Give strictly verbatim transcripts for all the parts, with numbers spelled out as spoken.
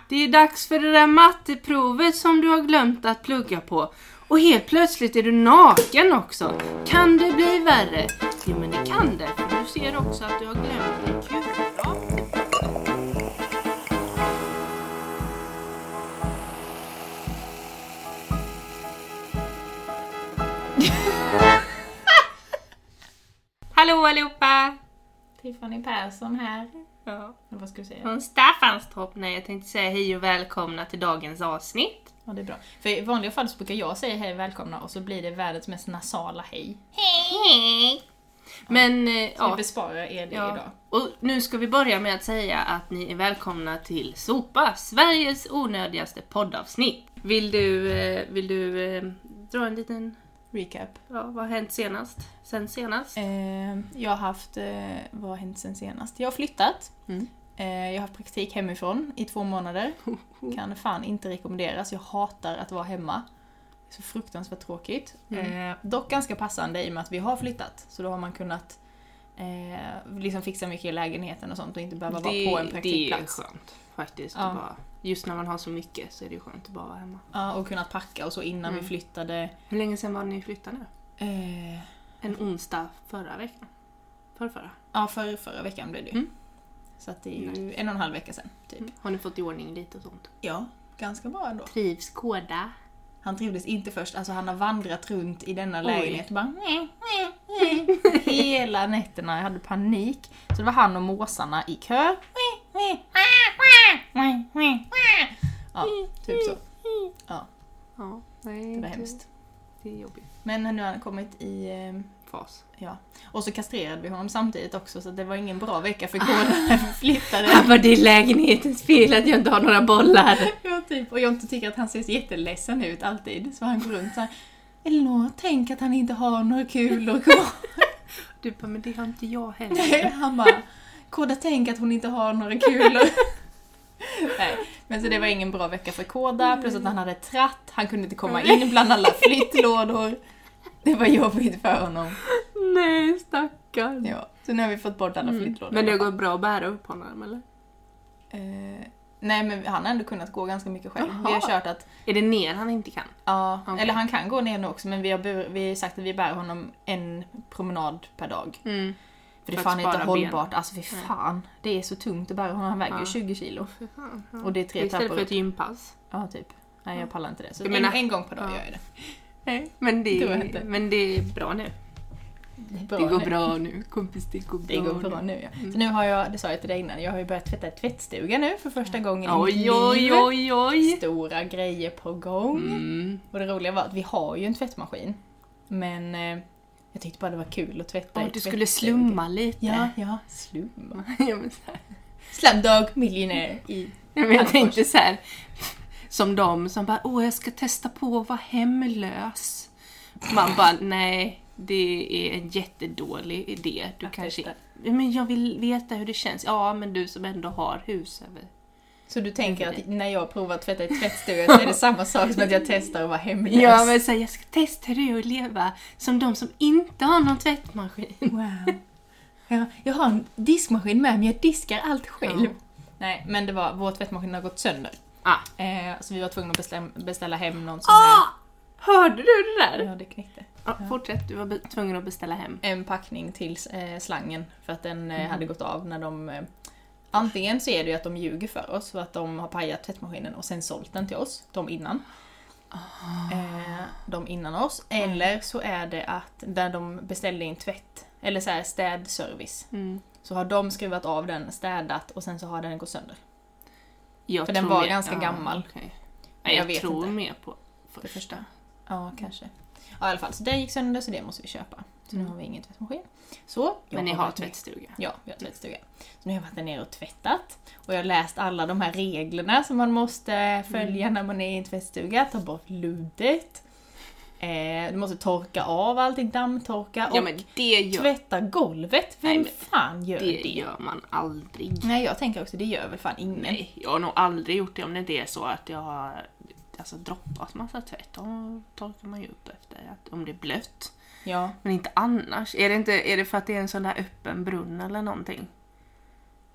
Det är dags för det där matteprovet som du har glömt att plugga på. Och helt plötsligt är du naken också. Kan det bli värre? Jo, men det kan det. För du ser också att du har glömt en kura. Hallå allihopa! Tiffany Persson här. Ja. Vad ska du säga? Från Staffanstorp. Nej, jag tänkte säga hej och välkomna till dagens avsnitt. Ja, det är bra. För i vanliga fall så brukar jag säga hej och välkomna och så blir det världens mest nasala hej. Hej! Men, Så ja. vi besparar er det Ja. idag. Och nu ska vi börja med att säga att ni är välkomna till Sopa, Sveriges onödigaste poddavsnitt. Vill du, eh, vill du eh, dra en liten... Recap. Ja, vad har hänt senast? Sen senast? Eh, jag har haft, eh, vad har hänt sen senast? Jag har flyttat. Mm. Eh, jag har haft praktik hemifrån i två månader. Kan fan inte rekommenderas. Jag hatar att vara hemma. Det är så fruktansvärt tråkigt. Mm. Eh, dock ganska passande i och med att vi har flyttat. Så då har man kunnat eh, liksom fixa mycket i lägenheten och sånt och inte behöva vara på en praktikplats. Det är skönt faktiskt. Ja. Att bara, just när man har så mycket så är det ju skönt att bara vara hemma. Ja, och kunnat packa och så innan Mm. vi flyttade. Hur länge sedan var ni flyttade nu? Eh, En onsdag förra veckan? Förra, förra. ja, för, förra veckan blev det ju. Mm. Så att det är ju Nice. en och en halv vecka sedan, typ. Mm. Har ni fått i ordning lite och sånt? Ja, ganska bra ändå. Trivs Kåda? Han trivdes inte först, alltså han har vandrat runt i denna Oj. lägenhet och bara hela nätterna, jag hade panik. Så det var han och måsarna i kö. Ja, typ så. Ja, Ja, nej, det var hemskt. Det är jobbigt. Men nu har han kommit i... eh, Fas. Ja. Och så kastrerade vi honom samtidigt också, så det var ingen bra vecka för Kåda när vi flyttade. Han var det lägenhetens fel att jag inte har några bollar. Ja, typ. Och jag tycker att han ser jätteledsen ut alltid. Så han går runt så här: Elinor, tänk att han inte har några kulor kvar. Du bara, men det har inte jag heller. Han bara, Kåda, tänk att hon inte har några kulor. Nej, men så det var ingen bra vecka för Kåda. Plus att han hade tratt. Han kunde inte komma in bland alla flyttlådor. Det var jobbigt för honom. Nej, stackarn. Ja, så nu har vi fått bort alla Mm. flyttlådor. Men det går bra att bära upp honom, eller? Eh, nej, men han har ändå kunnat gå ganska mycket själv. Jaha. Vi har kört att... Är det ner han inte kan? Ja, Okej. eller han kan gå ner nu också, men vi har, bur- vi har sagt att vi bär honom en promenad per dag. Mm. För det är För att fan inte spara hållbart. ben. Alltså fy fan. Det är så tungt att bära honom. Han väger ju Ja. tjugo kilo. Ja. Och det är tre Istället trappor för upp. ett gympass. Ja, typ. Nej, jag pallar inte det. Så Jag en, menar- en gång per dag Ja. gör jag det. Nej, men det, Tror jag inte. men det är bra nu. Det, är bra det går nu. bra nu, kompis, det går bra Det går bra nu, ja. Mm. Så nu har jag, det sa jag till dig innan, jag har ju börjat tvätta i tvättstuga nu för första gången i mitt Oj, liv. oj, oj, oj. Stora grejer på gång. Mm. Och det roliga var att vi har ju en tvättmaskin. Men eh, jag tyckte bara det var kul att tvätta Ja, i du skulle tvättstuga. slumma lite. Ja, ja, slumma. Ja, men så här. Slumdog Millionaire i Ja, men jag Halmfors. tänkte så här, som de som bara, åh jag ska testa på att vara hemlös. Man bara, nej, det är en jättedålig idé. Du Att kanske, testa. ja, men jag vill veta hur det känns. Ja, men du som ändå har hus över. Så du tänker att när jag provar att tvätta i tvättstuga så är det samma sak som att jag testar att vara hemlös? Ja, men så här, jag ska testa hur det är att leva som de som inte har någon tvättmaskin. Wow. Ja, jag har en diskmaskin med men jag diskar allt själv. Ja. Nej, men det var, vår tvättmaskin har gått sönder. Ah. Eh, så vi var tvungna att beställa, beställa hem någon sån här... Ah! Hörde du det där? Ja, det knäckte. Ja, fortsätt, du var be- tvungen att beställa hem. En packning till eh, slangen för att den eh, Mhm. hade gått av när de... Eh, antingen så är det ju att de ljuger för oss för att de har pajat tvättmaskinen och sen sålt den till oss, de innan. Eh, de innan oss. Eller så är det att där de beställde in tvätt, eller så här städservice, Mm. så har de skruvat av den, städat och sen så har den gått sönder. Jag För den tror var mer- ganska ja, gammal. okej. Men Jag, jag vet tror inte. mer på Det första. första. Ja, kanske. Ja, i alla fall. Så den gick sönder så det måste vi köpa. Så nu Mm. har vi ingen tvättmaskin. Så, jag Men ni har varit ner- tvättstuga. Ja, vi har tvättstuga. Så nu har jag varit där nere och tvättat. Och jag har läst alla de här reglerna som man måste följa Mm. när man är i en tvättstuga. Ta bort luddet. Eh, du måste torka av allting, dammtorka. Ja, och men det gör, tvätta golvet. Vem Nej, men fan gör det? det gör man aldrig. Nej, jag tänker också det gör väl fan ingen. Nej, jag har nog aldrig gjort det om det inte är så att jag har alltså, droppat massa tvätt. Då torkar man ju upp efter att, om det är blött. Ja, Men inte annars. Är det, inte, är det för att det är en sån där öppen brunn eller någonting?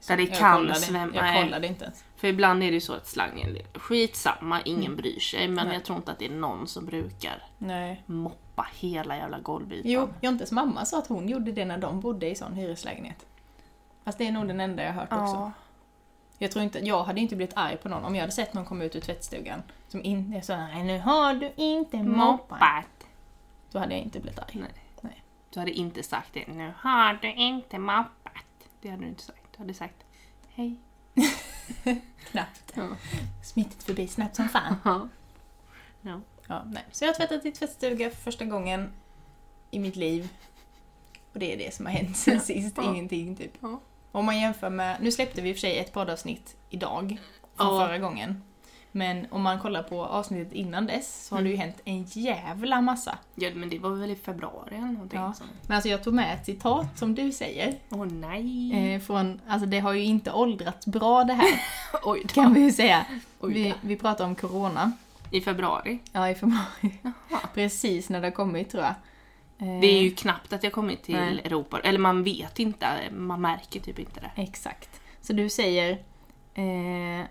Där det Jag kan kollade, svämma. jag Nej. kollade inte ens. För ibland är det ju så att slangen, skitsamma, ingen Mm. bryr sig. Men Nej. jag tror inte att det är någon som brukar Nej. moppa hela jävla golvytan. Jo, Jontes mamma sa att hon gjorde det när de bodde i sån hyreslägenhet. Fast det är nog den enda jag har hört också. Ja. Jag tror inte, jag hade inte blivit arg på någon om jag hade sett någon komma ut ur tvättstugan som inte sa nej nu har du inte moppat. Moppat. Då hade jag inte blivit arg. Nej. Nej. Du hade inte sagt det. Nu har du inte moppat. Det hade du inte sagt. Du hade sagt hej. Knappt. Ja. Smittat förbi snabbt som fan. Ja. Ja. Ja, nej. Så jag har tvättat i tvättstuga för första gången i mitt liv. Och det är det som har hänt sen sist. Ja. Ingenting typ. Ja. Om man jämför med, nu släppte vi i och för sig ett poddavsnitt idag från Ja. förra gången. Men om man kollar på avsnittet innan dess så har det ju Mm. hänt en jävla massa. Ja, men det var väl i februari eller någonting. Ja. Som... Men alltså jag tog med ett citat som du säger. Åh nej. Eh, från, alltså det har ju inte åldrats bra det här, Oj då. kan vi ju säga. Oj då. Vi, vi pratar om corona. I februari. Ja, i februari. Jaha. Precis när det har kommit tror jag. Eh, Det är ju knappt att jag kommit till Nej. Europa. Eller man vet inte, man märker typ inte det. Exakt. Så du säger eh,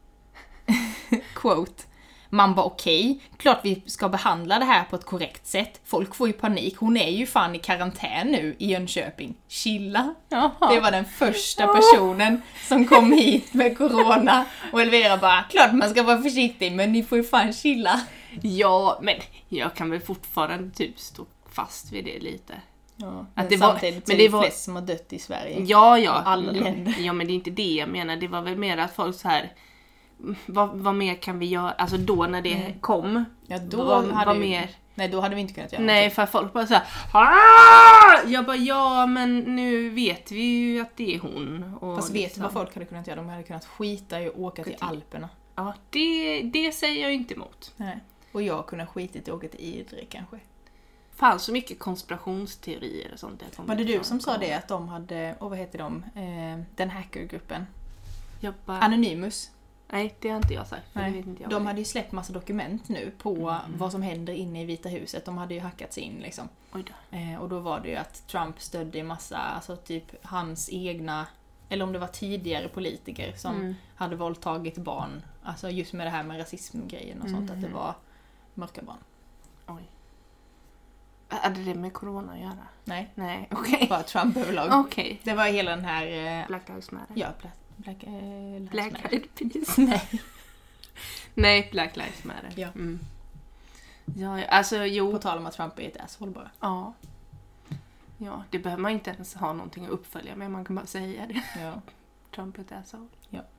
quote. Man bara okej, klart vi ska behandla det här på ett korrekt sätt. Folk får ju panik. Hon är ju fan i karantän nu i Jönköping. Chilla. Det var den första personen som kom hit med corona. Och Elvira bara, klart man ska vara försiktig men ni får ju fan chilla. Ja, men jag kan väl fortfarande typ stå fast vid det lite. Ja, Att men det var- samtidigt men så är det det var- flest som har dött i Sverige. Ja, ja. Av alla ja, länder. ja, men det är inte det jag menar. Det var väl mer att folk så här. Vad, vad mer kan vi göra? Alltså då när det Mm. kom. Ja, då vad, hade vad vi, mer? Nej, då hade vi inte kunnat göra Nej, någonting. för folk bara såhär. "Ah!" Jag bara, ja men nu vet vi ju att det är hon. Och Fast vet du liksom- vad folk hade kunnat göra? De hade kunnat skita i att åka till Åka till- Alperna. Ja, det, det säger jag inte emot. Nej. Och jag kunde skita i att åka till Idre kanske. Fan så mycket konspirationsteorier och sånt. Var det du som sa det att de hade, och vad heter de, eh, den hackergruppen? Jag bara, Anonymous. nej, det har inte jag sagt. För Nej, det vet inte jag de vad det hade ju släppt massa dokument nu på Mm. vad som händer inne i Vita huset. De hade ju hackats in liksom. är. Oj då. Eh, och då var det ju att Trump stödde en massa, alltså typ hans egna, eller om det var tidigare politiker som Mm. hade våldtagit barn. Alltså just med det här med rasismgrejen och sånt, Mm. att det var mörka barn. Oj. Hade det med corona att göra? Nej, Nej, okej. bara Trump överlag. Okej. Det var hela den här... Eh, Black Lives Matter. ja, Black... Black, eh, Lives Black Matter. Lives Peace. Nej. Nej, Black Lives Matter. Ja. Mm. Ja, alltså På jo. tal om att Trump är ett asshole bara. Ja. Ja, det behöver man inte ens ha någonting att uppfölja med. Man kan bara säga det. Ja. Trump är ett asshole.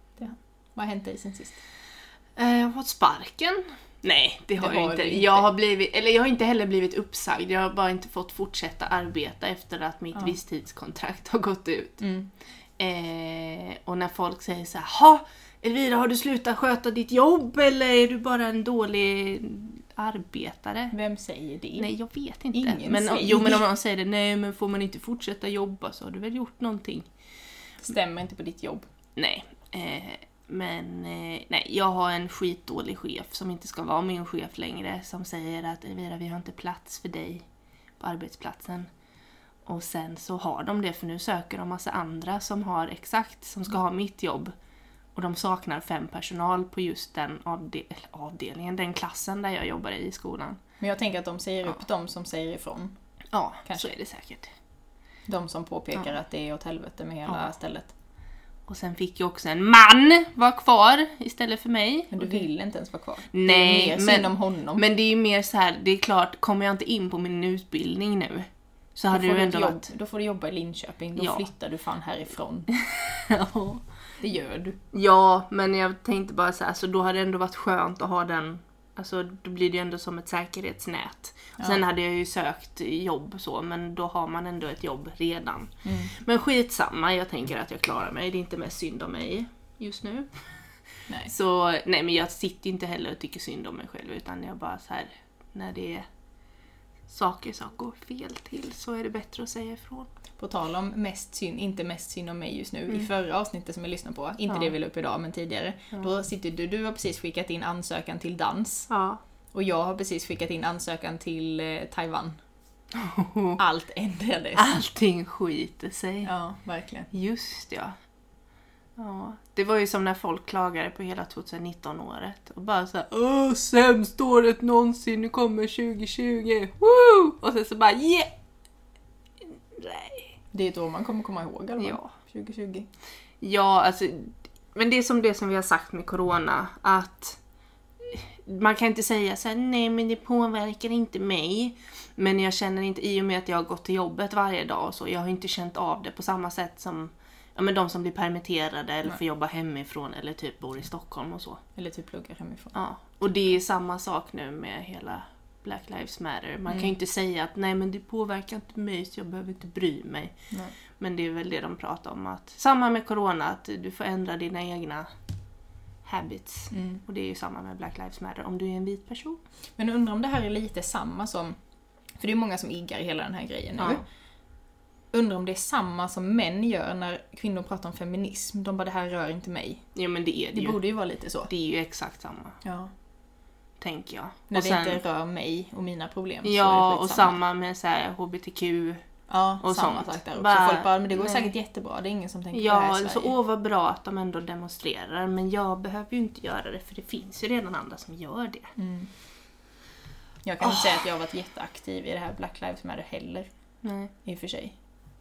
Vad har hänt dig sen sist? Eh, Jag har fått sparken. Nej, det har Det jag har inte. du inte. Jag har blivit, eller jag har inte heller blivit uppsagd. Jag har bara inte fått fortsätta arbeta efter att mitt Ja. visstidskontrakt har gått ut. Mm. Eh, och när folk säger så här: "Ha, Elvira, har du slutat sköta ditt jobb eller är du bara en dålig arbetare?" Vem säger det? Nej, jag vet inte. Ingen men, säger jo, men om det. någon säger det, nej men får man inte fortsätta jobba så har du väl gjort någonting. Stämmer inte på ditt jobb. Nej, eh, men eh, nej, jag har en skitdålig chef som inte ska vara min chef längre, som säger att Elvira, vi har inte plats för dig på arbetsplatsen. Och sen så har de det, för nu söker de massa andra som har exakt, som ska ha mitt jobb. Och de saknar fem personal på just den avdel- avdelningen, den klassen där jag jobbar i skolan. Men jag tänker att de säger Ja. upp de som säger ifrån. Ja, Kanske. så är det säkert. De som påpekar Ja. att det är åt helvete med hela Ja. stället. Och sen fick ju också en man vara kvar istället för mig. Men du Och det- vill inte ens vara kvar. Nej, det är mer men- synd om honom. Men det är ju mer så här, det är klart, kommer jag inte in på min utbildning nu så då, hade får det du ju ett ändå jobb, varit... då får du jobba i Linköping. Då Ja. flyttar du fan härifrån. Ja. Det gör du. Ja, men jag tänkte bara så här, så då hade det ändå varit skönt att ha den, alltså då blir det ju ändå som ett säkerhetsnät. Ja. Sen hade jag ju sökt jobb så, men då har man ändå ett jobb redan. Mm. Men skitsamma, jag tänker att jag klarar mig, det är inte mest synd om mig just nu. Nej. Så, nej men jag sitter inte heller och tycker synd om mig själv, utan jag bara så här, när det är saker som går fel till så är det bättre att säga ifrån. På tal om mest synd, inte mest synd om mig just nu. Mm. I förra avsnittet som jag lyssnade på, inte Ja. det vi la upp idag men tidigare. Ja. Då sitter du, du har precis skickat in ansökan till dans. Ja. Och jag har precis skickat in ansökan till eh, Taiwan. Allt ändrades. Allting skiter sig. Ja, verkligen. Just ja. Ja, det var ju som när folk klagade på hela tjugonitton-året. Och bara så här, åh, sämst året någonsin, nu kommer tjugo tjugo. Woo! Och sen så bara, yeah! Nej. Det är ett år man kommer komma ihåg, eller? Ja. tjugo tjugo. Ja, alltså, men det är som det som vi har sagt med corona, att man kan inte säga så här, nej men det påverkar inte mig. Men jag känner inte, i och med att jag har gått till jobbet varje dag och så, jag har inte känt av det på samma sätt som ja, men de som blir permitterade eller Nej. får jobba hemifrån eller typ bor i Stockholm och så. Eller typ pluggar hemifrån. Ja, och det är samma sak nu med hela Black Lives Matter. Man Mm. kan ju inte säga att nej men det påverkar inte mig så jag behöver inte bry mig. Nej. Men det är väl det de pratar om. Att, samma med corona, att du får ändra dina egna habits. Mm. Och det är ju samma med Black Lives Matter om du är en vit person. Men undrar om det här är lite samma som... För det är många som iggar hela den här grejen nu. Ja. Undrar om det är samma som män gör när kvinnor pratar om feminism. De bara, det här rör inte mig. Ja men det är det, Det ju. borde ju vara lite så. Det är ju exakt samma, Ja. tänker jag. När och det sen, inte rör mig och mina problem. så är ja, det och skitsamma. samma med så här H B T Q. Ja, och samma sånt. sak där också. Bara, Folk bara, men det går nej. säkert jättebra. Det är ingen som tänker på det här Ja, i Sverige. så åh vad bra att de ändå demonstrerar. Men jag behöver ju inte göra det för det finns ju redan andra som gör det. Mm. Jag kan inte säga att jag har varit jätteaktiv i det här Black Lives Matter heller. Nej. I och för sig.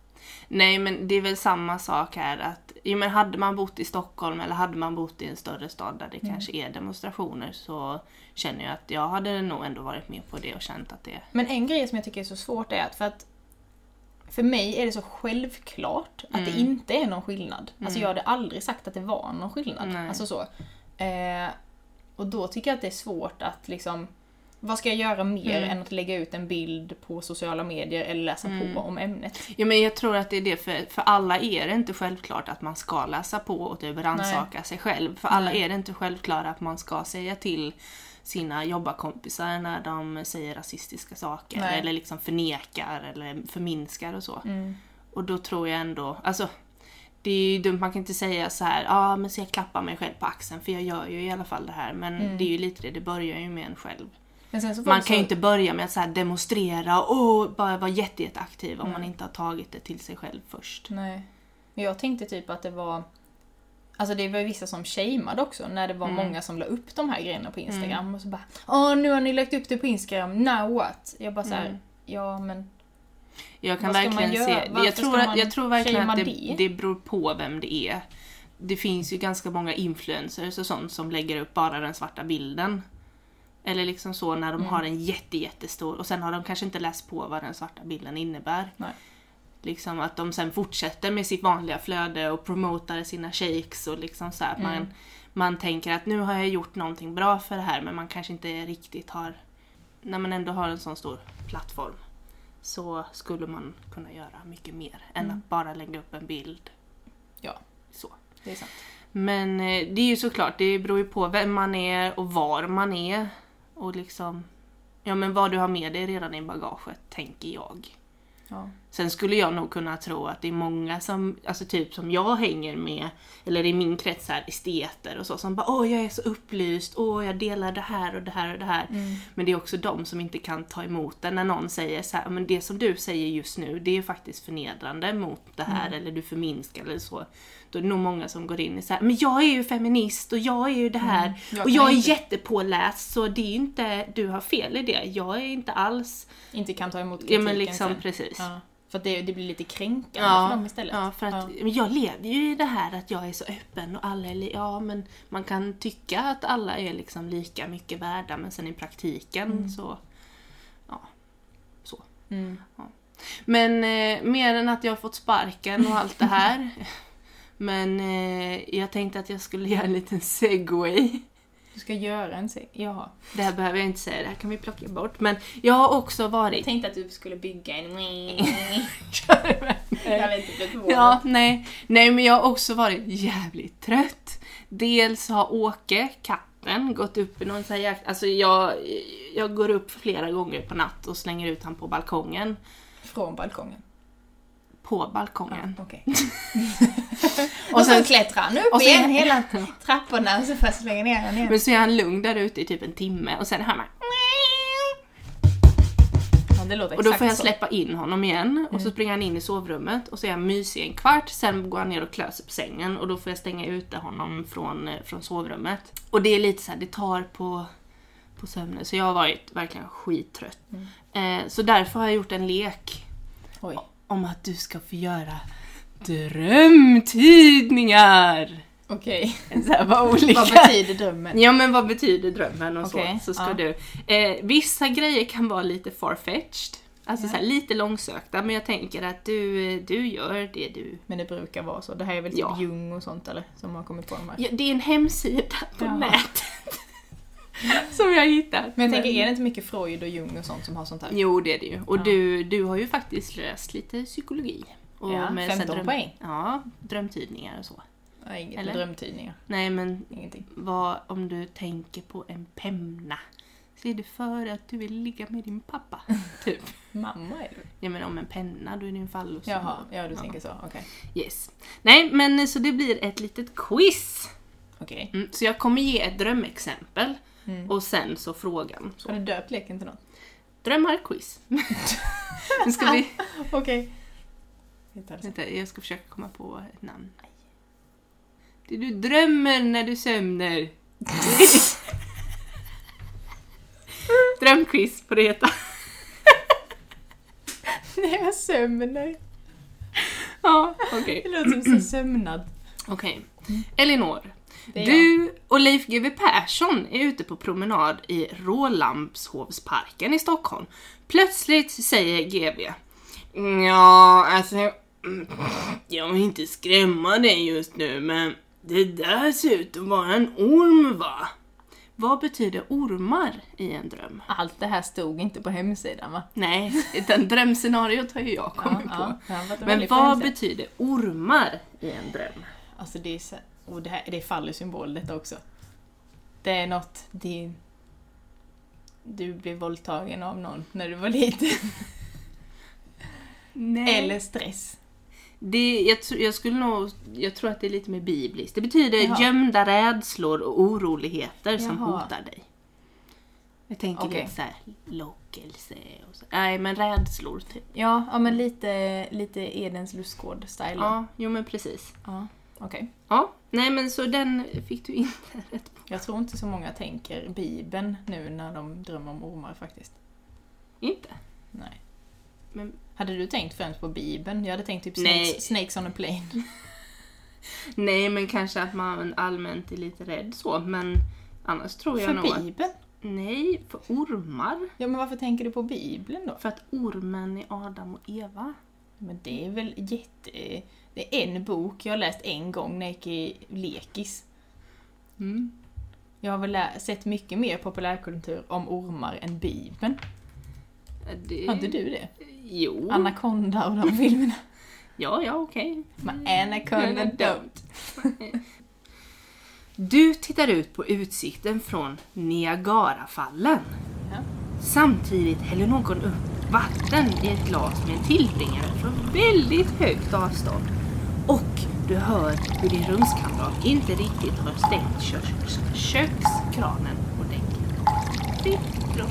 Nej, men det är väl samma sak här att jo, men hade man bott i Stockholm eller hade man bott i en större stad där det Mm. kanske är demonstrationer så känner jag att jag hade nog ändå varit med på det och känt att det Men en grej som jag tycker är så svårt är att för att för mig är det så självklart att det Mm. inte är någon skillnad. Alltså Mm. jag hade aldrig sagt att det var någon skillnad. Nej. Alltså så. Eh, och då tycker jag att det är svårt att liksom vad ska jag göra mer Mm. än att lägga ut en bild på sociala medier eller läsa Mm. på om ämnet? Ja, men jag tror att det är det, för, för alla är det inte självklart att man ska läsa på och typ rannsaka sig själv. För alla Nej. är det inte självklart att man ska säga till sina jobbarkompisar när de säger rasistiska saker. Nej. Eller liksom förnekar eller förminskar och så. Mm. Och då tror jag ändå, alltså det är ju dumt, man kan inte säga så här, ja ah, men så jag klappar mig själv på axeln för jag gör ju i alla fall det här. Men Mm. det är ju lite det, det börjar ju med en själv. Men sen så får Man det kan ju så- inte börja med att så här demonstrera och bara vara jätte, jätteaktiv om Nej. man inte har tagit det till sig själv först. Nej. Men jag tänkte typ att det var... Alltså det var ju vissa som shameade också när det var Mm. många som la upp de här grejerna på Instagram och så bara åh nu har ni lagt upp det på Instagram, now what? Jag bara såhär, Mm. ja men Jag kan Vad ska verkligen man göra? se, Varför jag tror, ska att, man jag tror verkligen shamea att det, det? det beror på vem det är. Det finns ju ganska många influencers och sånt som lägger upp bara den svarta bilden. Eller liksom så när de Mm. har en jätte, jättestor och sen har de kanske inte läst på vad den svarta bilden innebär. Nej. Liksom att de sen fortsätter med sitt vanliga flöde och promotar sina shakes och liksom så här att Mm. man, man tänker att nu har jag gjort någonting bra för det här men man kanske inte riktigt har, när man ändå har en sån stor plattform så skulle man kunna göra mycket mer än Mm. att bara lägga upp en bild. Ja. Så. Det är sant. Men eh, det är ju såklart, det beror ju på vem man är och var man är och liksom, ja men vad du har med dig redan i bagaget, tänker jag. Ja. Sen skulle jag nog kunna tro att det är många som, alltså typ som jag hänger med, eller i min krets här, esteter och så, som bara åh jag är så upplyst, åh jag delar det här och det här och det här. Mm. Men det är också de som inte kan ta emot det när någon säger så här, men det som du säger just nu, det är faktiskt förnedrande mot det här, Mm. eller du förminskar eller så. Då är det nog många som går in i så här, men jag är ju feminist och jag är ju det här, Mm. Jag och kan jag är inte- jättepåläst, så det är inte, du har fel i det, jag är inte alls, Inte kan ta emot ja kritiken men liksom sen. precis. Ja. För att det, det blir lite kränkande Ja, för dem istället. Ja, för att men jag lever ju i det här att jag är så öppen och alla är li- ja men man kan tycka att alla är liksom lika mycket värda men sen i praktiken Mm. så ja, så. Mm. Men eh, mer än att jag har fått sparken och allt det här. Men eh, jag tänkte att jag skulle göra en liten segway. Du ska göra en se. Jaha. Det här behöver jag inte säga, det här kan vi plocka bort. Men jag har också Jag varit... tänkte att du skulle bygga en... Jag vet inte, det var Ja, nej. Nej, men jag har också varit jävligt trött. Dels har Åke, katten, gått upp i någon sån här jakt... Alltså jag, jag går upp flera gånger på natt och slänger ut han på balkongen. Från balkongen. På balkongen. Ja, okej. Och Och sen- sen klättrar han upp och sen- igen hela trapporna och så får jag slänga ner den igen. Men så är han lugn där ute i typ en timme och sen hör man... Ja, det låter Och då får jag så. släppa in honom igen. Mm. Och så springer han in i sovrummet. Och så är jag mysig en kvart. Sen går han ner och klär sig på sängen. Och då får jag stänga ute honom från, från sovrummet. Och det är lite så här, det tar på, på sömnen. Så jag har varit verkligen skittrött. Mm. Eh, så därför har jag gjort en lek. Oj. Om att du ska få göra drömtidningar. Okej. Så här, vad olika. Vad betyder drömmen? Ja, men vad betyder drömmen och Okej, så. Så ska ja. du. Eh, vissa grejer kan vara lite farfetched. Alltså Ja. så här, lite långsökta. Men jag tänker att du, du gör det du... Men det brukar vara så. Det här är väl typ Ja. Jung och sånt eller? Som har kommit på de här. Ja, det är en hemsida på Jaha. nätet. Som jag har hittat. Men jag tänker, är det inte mycket Freud och Jung och sånt som har sånt här? Jo, det är det ju. Och Ja. du, du har ju faktiskt läst lite psykologi. Och Ja, med så här femton poäng. Ja, drömtidningar och så. Ja, inget Eller? med drömtidningar. Nej, men Ingenting. vad om du tänker på en penna? Ser du för att du vill ligga med din pappa? Typ. Mamma är du? Ja, men om en penna, då är det en fallus. Jaha, ja du tänker så. Okej. Yes. Nej, men så det blir ett litet quiz. Okej. Mm, så jag kommer ge ett drömexempel. Mm. Och sen så frågan. Så. Har du döpt leken till något? Drömmar quiz. Nu ska vi... Okej. Vänta, jag ska försöka komma på ett namn. Det du drömmer när du sömner. Drömquiz på det heta. Nej, jag sömnar. Ja, okej. Det låter som så sömnad. Okej. Elinor. Det är Du och Leif G W Persson är ute på promenad i Rålambshovsparken i Stockholm. Plötsligt säger G W: Ja, alltså... Jag vill inte skrämma dig just nu, men det där ser ut att vara en orm, va? Vad betyder ormar i en dröm? Allt det här stod inte på hemsidan, va? Nej, utan drömscenariot har ju jag kommit på. Ja, ja, det var Men väldigt vad fint. betyder ormar i en dröm? Alltså det är så, och det här det är fallosymbol detta också. Det är något, det, du blev våldtagen av någon när du var liten. Nej. Eller stress. Det, jag, tr- jag skulle nog, jag tror att det är lite mer bibliskt. Det betyder Jaha. gömda rädslor och oroligheter som Jaha. hotar dig. Jag tänker Okej. lite så här lockelse och så. Nej, men rädslor typ. Ja, ja men lite, lite Edens lustgård-style. Ja. Ja, jo men precis. ja. Okej. Ja, nej men så den fick du inte rätt på. Jag tror inte så många tänker Bibeln nu när de drömmer om ormar faktiskt. Inte? Nej. Men, Hade du tänkt främst på Bibeln? Jag hade tänkt typ Nej. snakes, snakes on a plane. nej, men kanske att man allmänt är lite rädd så. Men annars tror jag För nog att... Bibeln? Nej, för ormar. Ja, men varför tänker du på Bibeln då? För att ormen är Adam och Eva. Men det är väl jätte... Det är en bok jag har läst en gång när jag gick i lekis. Mm. Jag har väl lä- sett mycket mer populärkultur om ormar än Bibeln. Det... Har inte du det? Jo. Anaconda och de filmerna. Ja, ja, okej. Men Anaconda don't. Du tittar ut på utsikten från Niagarafallen. Ja. Samtidigt häller någon upp vatten i ett glas med en tillbringare från väldigt högt avstånd. Och du hör hur din rumskamrat inte riktigt har stängt köks- kökskranen ordentligt. Tripp, tropp.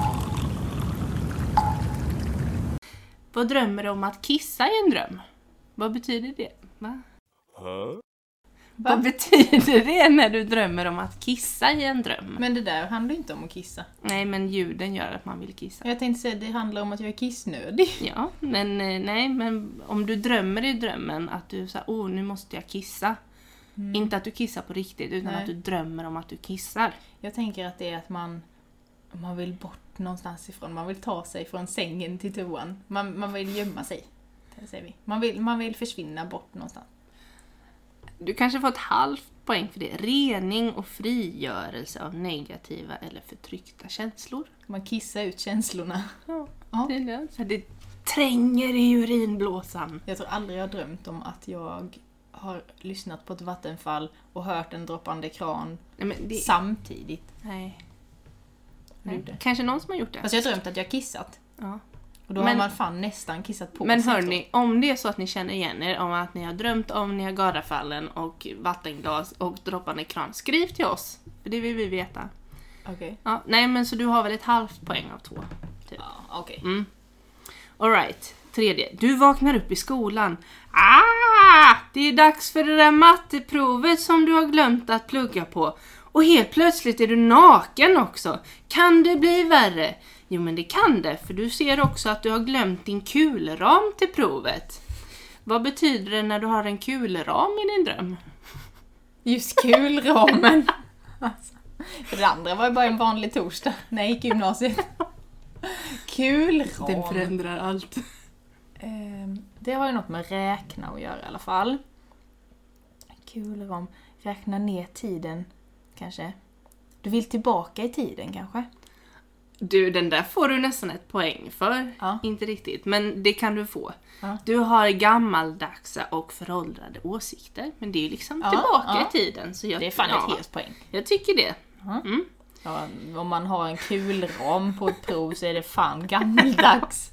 Vad drömmer du om att kissa i en dröm? Vad betyder det? Va? Va? Vad betyder det när du drömmer om att kissa i en dröm? Men det där handlar inte om att kissa. Nej, men ljuden gör att man vill kissa. Jag tänkte säga att det handlar om att jag är kissnödig. Ja, men eh, nej, men om du drömmer i drömmen att du säger, åh, nu måste jag kissa. Mm. Inte att du kissar på riktigt, utan Nej. att du drömmer om att du kissar. Jag tänker att det är att man, man vill bort någonstans ifrån. Man vill ta sig från sängen till toan. Man, man vill gömma sig. Det säger vi. Man vill, man vill försvinna bort någonstans. Du kanske får ett halvt poäng för det. Rening och frigörelse av negativa eller förtryckta känslor. Man kissar ut känslorna. Ja, Ja. tydligen. Så det tränger i urinblåsan. Jag tror aldrig jag har drömt om att jag har lyssnat på ett vattenfall och hört en droppande kran Nej, men det... samtidigt. Nej. Har du det? Kanske någon som har gjort det. Fast jag har drömt att jag har kissat. Ja. Och då Men- har man fan nästan kissat på Men sig hörni, om det är så att ni känner igen er om att ni har drömt om Niagarafallen och vattenglas och droppande kran, skriv till oss. För det vill vi veta. efteråt. Okej. Ja, nej, men så du har väl ett halvt poäng av två. Typ. Ja, okej. Mm. All right. Tredje. Du vaknar upp i skolan. Ah! Det är dags för det där matteprovet som du har glömt att plugga på. Och helt plötsligt är du naken också. Kan det bli värre? Jo, men det kan det. För du ser också att du har glömt din kulram till provet. Vad betyder det när du har en kulram i din dröm? Just kulramen. Alltså, för det andra var ju bara en vanlig torsdag när jag gick i gymnasiet. Kulram. Den förändrar allt. Det har ju något med räkna att göra i alla fall. Kulram. Räkna ner tiden, kanske. Du vill tillbaka i tiden, kanske? Du, den där får du nästan ett poäng för. Ja. Inte riktigt, men det kan du få. Ja. Du har gammaldagsa och föråldrade åsikter. Men det är ju liksom Ja, tillbaka ja. i tiden. Så jag, Det är fan ja, ett helt poäng. Jag tycker det. Ja. Mm. Ja, om man har en kulram på ett prov så är det fan gammaldags.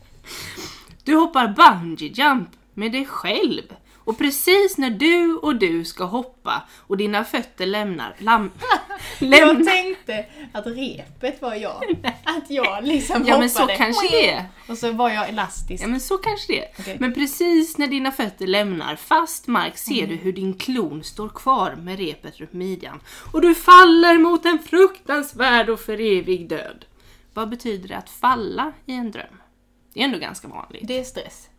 Du hoppar bungee jump med dig själv. Och precis när du och du ska hoppa och dina fötter lämnar... Lam, Jag lämnar tänkte att repet var jag. Att jag liksom hoppade. ja, men så kanske det är. Och så var jag elastisk. Ja, men så kanske det är. Okej. Men precis när dina fötter lämnar fast mark ser Mm. du hur din klon står kvar med repet runt midjan. Och du faller mot en fruktansvärd och för evig död. Vad betyder det att falla i en dröm? Det är ändå ganska vanligt. Det är stress.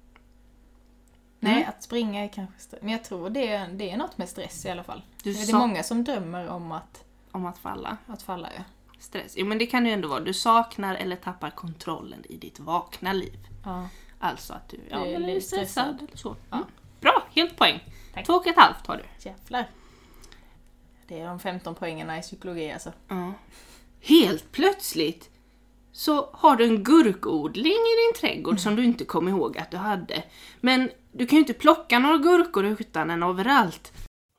Mm. Nej, att springa är kanske stress. Men jag tror det är, det är något med stress i alla fall. Du det är sa- många som drömmer om att, Om att falla. att falla. Ja. Stress. Jo, men det kan ju ändå vara. Du saknar eller tappar kontrollen i ditt vakna liv. Ja. Alltså att du ja, Du är eller är lite stressad stressad. eller så. Ja. Mm. Bra, helt poäng. Tack. Två och ett halvt har du. Jävlar. Det är de femton poängerna i psykologi alltså. Ja. Helt plötsligt så har du en gurkodling i din trädgård Mm. som du inte kom ihåg att du hade. Men du kan ju inte plocka några gurkor utan en overallt.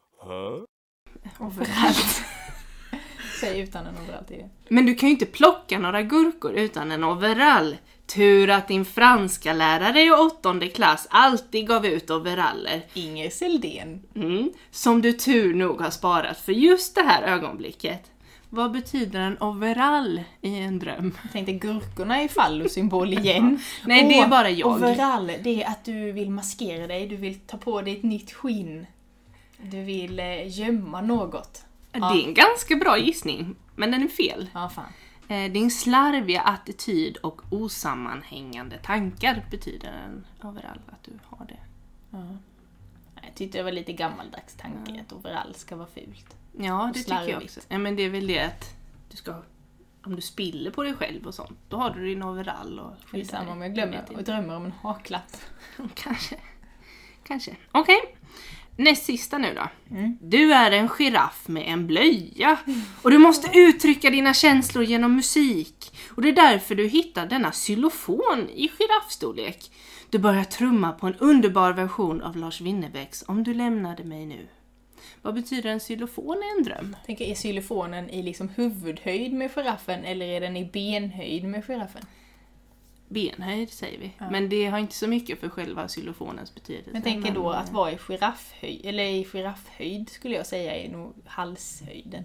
Överallt. Säg utan en överallt. Igen. Men du kan ju inte plocka några gurkor utan en overall. Tur att din franska lärare i åttonde klass alltid gav ut overaller. Inger Seldén. Mm, som du tur nog har sparat för just det här ögonblicket. Vad betyder en overall i en dröm? Jag tänkte gurkorna är fallosymbol igen. Nej, det är Åh, bara jag. Overall, det är att du vill maskera dig. Du vill ta på dig ett nytt skinn. Du vill eh, gömma något. Det är en ganska bra gissning, men den är fel. Ja, fan. Eh, Din slarviga attityd och osammanhängande tankar betyder en overall att du har det. Ja. Jag tyckte det var lite gammaldags tanke att overall ska vara fult. Ja, det tycker jag slarvigt. också. Ja, men det är väl det att du ska, om du spiller på dig själv och sånt, då har du din overall och Det är samma om jag glömmer och drömmer om en haklapp. Kanske. Kanske. Okej. Näst sista nu då. Mm. Du är en giraff med en blöja. Och du måste uttrycka dina känslor genom musik. Och det är därför du hittar denna xylofon i giraffstorlek. Du börjar trumma på en underbar version av Lars Winnerbäcks Om du lämnade mig nu. Vad betyder en xylofon i en dröm? Tänker, är xylofonen i liksom huvudhöjd med giraffen eller är den i benhöjd med giraffen? Benhöjd säger vi. Ja. Men det har inte så mycket för själva xylofonens betydelse. Men tänker då Men, att vara i giraffhöjd, eller i giraffhöjd skulle jag säga är nog halshöjden.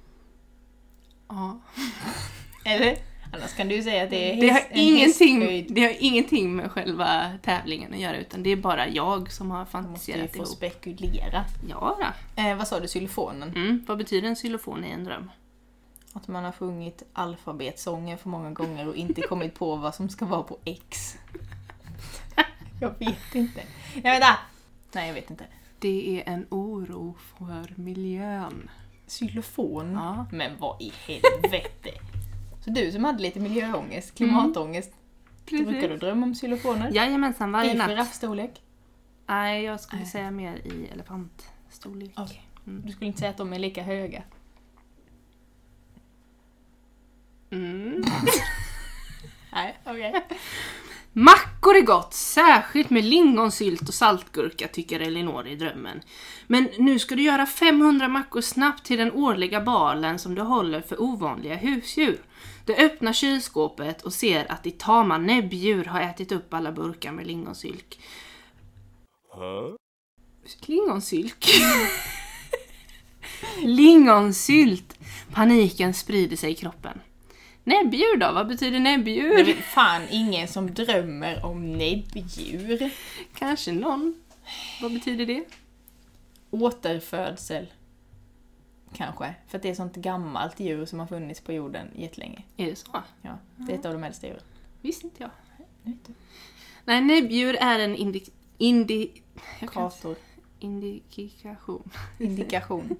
Ja. Eller? Annars kan du säga att det är Det har, häst, en ingenting, hästhöjd. det har ingenting med själva tävlingen att göra, utan det är bara jag som har Man måste ju fantiserat få ihop. spekulera. Ja då. Eh, vad sa du, xylofonen? Mm, vad betyder en xylofon i en dröm? Att man har sjungit alfabetsånger för många gånger och inte kommit på vad som ska vara på X. Jag vet inte. Jag vet inte. Nej, jag vet inte. Det är en oro för miljön. Xylofon? Ja. Men vad i helvete? Så du som hade lite miljöångest, klimatångest, Precis. brukar du drömma om xylofoner? Jajamensan, varje I natt. giraffstorlek? Nej, jag skulle Nej. säga mer i elefantstorlek. Okej. Mm. Du skulle inte säga att de är lika höga? Mm. Nej, okej. Mackor är gott, särskilt med lingonsylt och saltgurka, tycker Elinor i drömmen. Men nu ska du göra femhundra mackor snabbt till den årliga balen som du håller för ovanliga husdjur. Du öppnar kylskåpet och ser att ditt tama näbbdjur har ätit upp alla burkar med lingonsylt. Lingonsylt? Lingonsylt! Paniken sprider sig i kroppen. Näbbdjur då? Vad betyder Det näbbdjur? är väl fan ingen som drömmer om näbbdjur. Kanske någon. Vad betyder det? Återfödsel. Kanske. För att det är sånt gammalt djur som har funnits på jorden jättelänge. Är det så? Ja, det är ett av de äldsta djuren. Visste inte jag. Vet du? Nej, näbbdjur är en indi... indi jag kan inte- Kator. indikation. Indikation.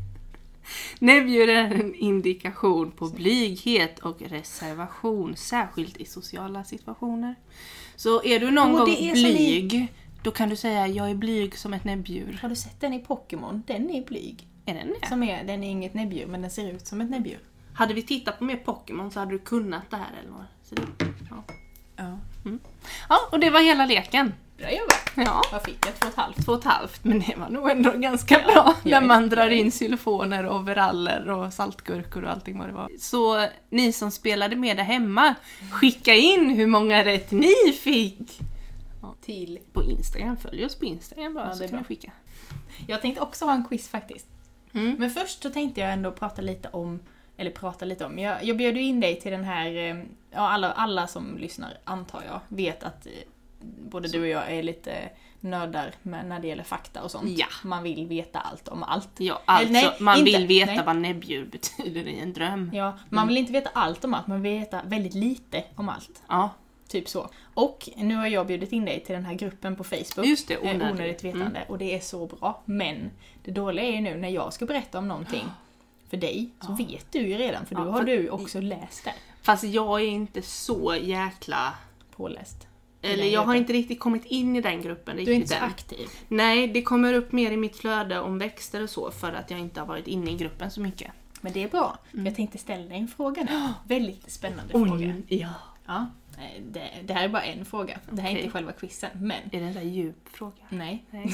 Näbbdjur är en indikation på blyghet och reservation, särskilt i sociala situationer. Så är du någon Åh, gång det är som blyg, då kan du säga jag är blyg som ett näbbdjur. Har du sett den i Pokémon? Den är blyg. Är den det? Som är, den är inget näbbdjur, men den ser ut som ett näbbdjur. Hade vi tittat på mer Pokémon så hade du kunnat det här eller vad? Så det, ja. Ja. ja, och det var hela leken. Bra jobbat. Ja, Vad fick jag? Två och ett halvt. två och ett halvt, men det var nog ändå ganska Ja, bra jag när man vet. drar in xylofoner och overaller och saltgurkor och allting vad det var. Så ni som spelade med där hemma, skicka in hur många rätt ni fick. Till. På Instagram, följ oss på Instagram bara Ja, så det är kan bra. ni skicka. Jag tänkte också ha en quiz faktiskt. Mm. Men först så tänkte jag ändå prata lite om, eller prata lite om, jag, jag bjöd ju in dig till den här, eh, ja alla, alla som lyssnar antar jag vet att eh, både du och jag är lite nördar med, när det gäller fakta och sånt. Ja. Man vill veta allt om allt. Ja, alltså nej, man inte- vill veta nej. vad näbbdjur betyder i en dröm. Ja, man vill inte veta allt om allt, man vill veta väldigt lite om allt. Ja, Typ så. Och nu har jag bjudit in dig till den här gruppen på Facebook. just det, eh, onödigt. onödigt vetande. Och det är så bra. Men det dåliga är ju nu när jag ska berätta om någonting för dig, så Ja. vet du ju redan. För Ja, du har för- du också läst det. Fast jag är inte så jäkla... Påläst. Eller den jag har gruppen. inte riktigt kommit in i den gruppen riktigt Du är inte så än. aktiv. Nej, det kommer upp mer i mitt flöde om växter och så för att jag inte har varit inne i gruppen så mycket. Men det är bra. Mm. Jag tänkte ställa dig en fråga nu. Väldigt spännande fråga. ja. Ja, eh, det, det här är bara en fråga. Det här är Okej. inte själva quizen. Men, Är det en där djup fråga? nej. Nej.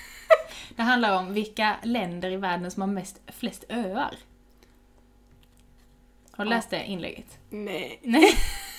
Det handlar om vilka länder i världen som har mest, flest öar. Har du Ja. läst det inlägget? Nej. Nej.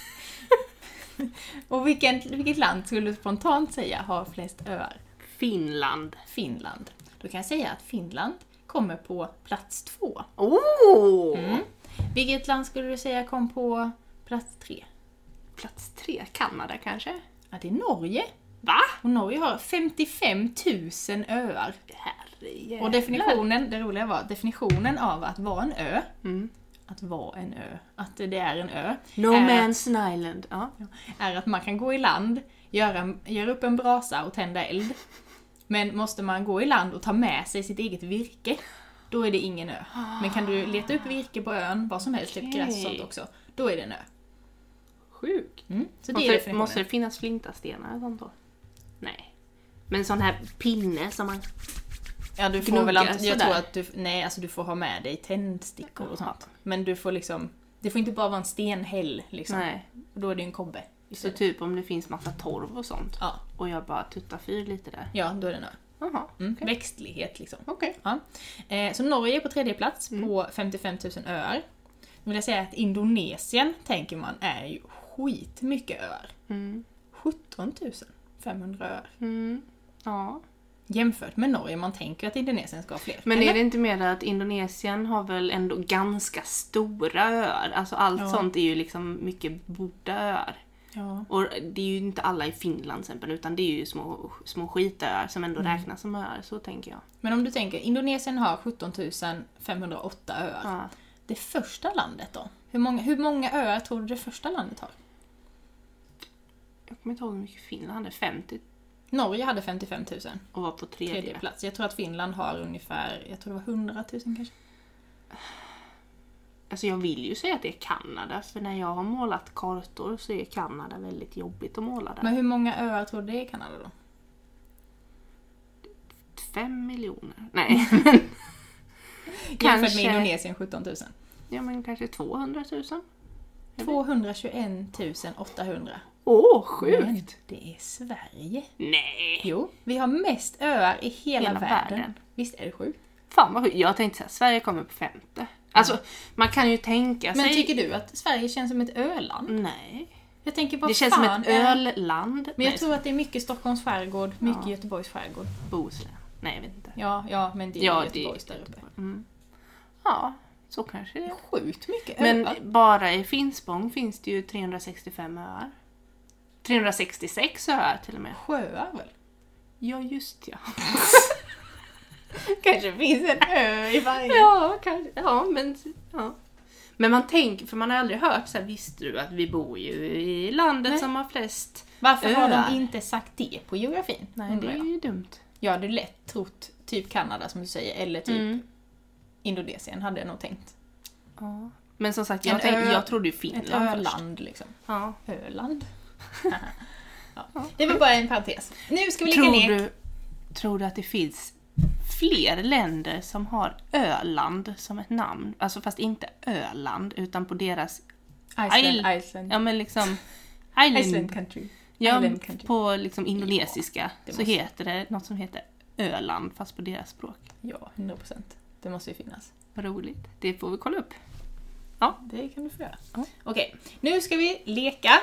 Och vilken, vilket land skulle du spontant säga har flest öar? Finland. Finland. Då kan jag säga att Finland kommer på plats två. Oh! Mm. Vilket land skulle du säga kom på plats tre? Plats tre. Kanada kanske? Ja, det är Norge. Va? Och Norge har femtiofem tusen öar. Herrejävlar. Och definitionen, det roliga var, definitionen av att vara en ö, Mm. att vara en ö, att det är en ö, No är, man's island. Ja. är att man kan gå i land, göra, göra upp en brasa och tända eld. Men måste man gå i land och ta med sig sitt eget virke, då är det ingen ö. Men kan du leta upp virke på ön, vad som helst, typ gräs och sånt också, då är det en ö. Sjukt. Mm. Så det är Måste, definitionen. måste det finnas flintastenar och sånt då? Nej. Men sån här pinne som man... Ja, du får gnugga väl ant- jag sådär. tror att du, nej, alltså du får ha med dig tändstickor och sånt. Men du får liksom, det får inte bara vara en stenhäll liksom. Nej. Och då är det en kobbe. Så istället. typ om det finns massa torv och sånt. Ja, Och jag bara tuttar fyr lite där. ja, då är det en ö. Jaha. Mm. okej. Växtlighet liksom. Okej. Ja. Eh, så Norge är på tredje plats Mm. på femtiofem tusen öar. Nu vill jag säga att Indonesien, tänker man, är ju skitmycket öar. Mm. sjutton tusen femhundra öar. Mm. Ja. Jämfört med Norge, man tänker att Indonesien ska ha fler. Men Eller? är det inte mer att Indonesien har väl ändå ganska stora öar? Alltså allt Ja. sånt är ju liksom mycket bodda öar. Ja. Och det är ju inte alla i Finland till exempel, utan det är ju små, små skitöar som ändå Mm. räknas som öar, så tänker jag. Men om du tänker, Indonesien har sjutton tusen femhundraåtta öar. Ja. Det första landet då? Hur många, hur många öar tror du det första landet har? Jag kommer inte ihåg hur mycket Finland hade, femtio Norge hade femtiofem tusen. och var på tredje. Tredje plats. Jag tror att Finland har ungefär, jag tror det var hundra tusen kanske. Alltså jag vill ju säga att det är Kanada, för när jag har målat kartor så är Kanada väldigt jobbigt att måla där. Men hur många öar tror du det är i Kanada då? Fem miljoner? Nej. Jämfört Kanske- med Indonesien sjutton tusen. Ja men kanske tvåhundratusen? tvåhundratjugoett tusen åttahundra. Åh, sjukt! Men det är Sverige. Nej! Jo, vi har mest öar i hela, Hela världen. världen. Visst är det sjukt? Fan vad sjukt. Jag tänkte såhär, Sverige kommer på femte. Alltså, man kan ju tänka sig... Men tycker du att Sverige känns som ett öland? Nej. Jag tänker, vad Det känns som fan ett är- ölland. Men jag Nej, tror att det är mycket Stockholms skärgård, mycket Ja. Göteborgs skärgård. Bohuslän. Nej, jag vet inte. Ja, ja, men det är ja, Göteborgs där uppe. Mm. Ja, så så kanske det är. Sjukt mycket Men öar. bara i Finspång finns det ju trehundrasextiofem öar. trehundrasextiosex öar till och med. Sjöar väl? Ja, just ja. Kanske finns en ö i varje. Ja, kanske. Ja, men... Ja. Men man tänker, för man har aldrig hört så här, visste du att vi bor ju i landet Nej. som har flest Varför har öar? de inte sagt det på geografin? Nej, undrar det är jag. ju dumt. Jag hade lätt trott typ Kanada som du säger, eller typ Mm. Indonesien hade jag nog tänkt. Ja. Men som sagt, En jag, tänkte, ö- jag trodde ju Ett Finland först. öland liksom. Ja. Öland? Ja. Det var bara en parentes. Nu ska vi leka Tror lek. du, tror du att det finns fler länder som har Öland som ett namn? Alltså fast inte Öland, utan på deras... Iceland, Iceland. Ja, men liksom... Iceland Island. country. Ja, Island country. på liksom indonesiska det så måste- heter det något som heter Öland, fast på deras språk. Ja, hundra procent. Det måste ju finnas. Vad roligt. Det får vi kolla upp. Det kan du få göra. Ja. Okej, nu ska vi leka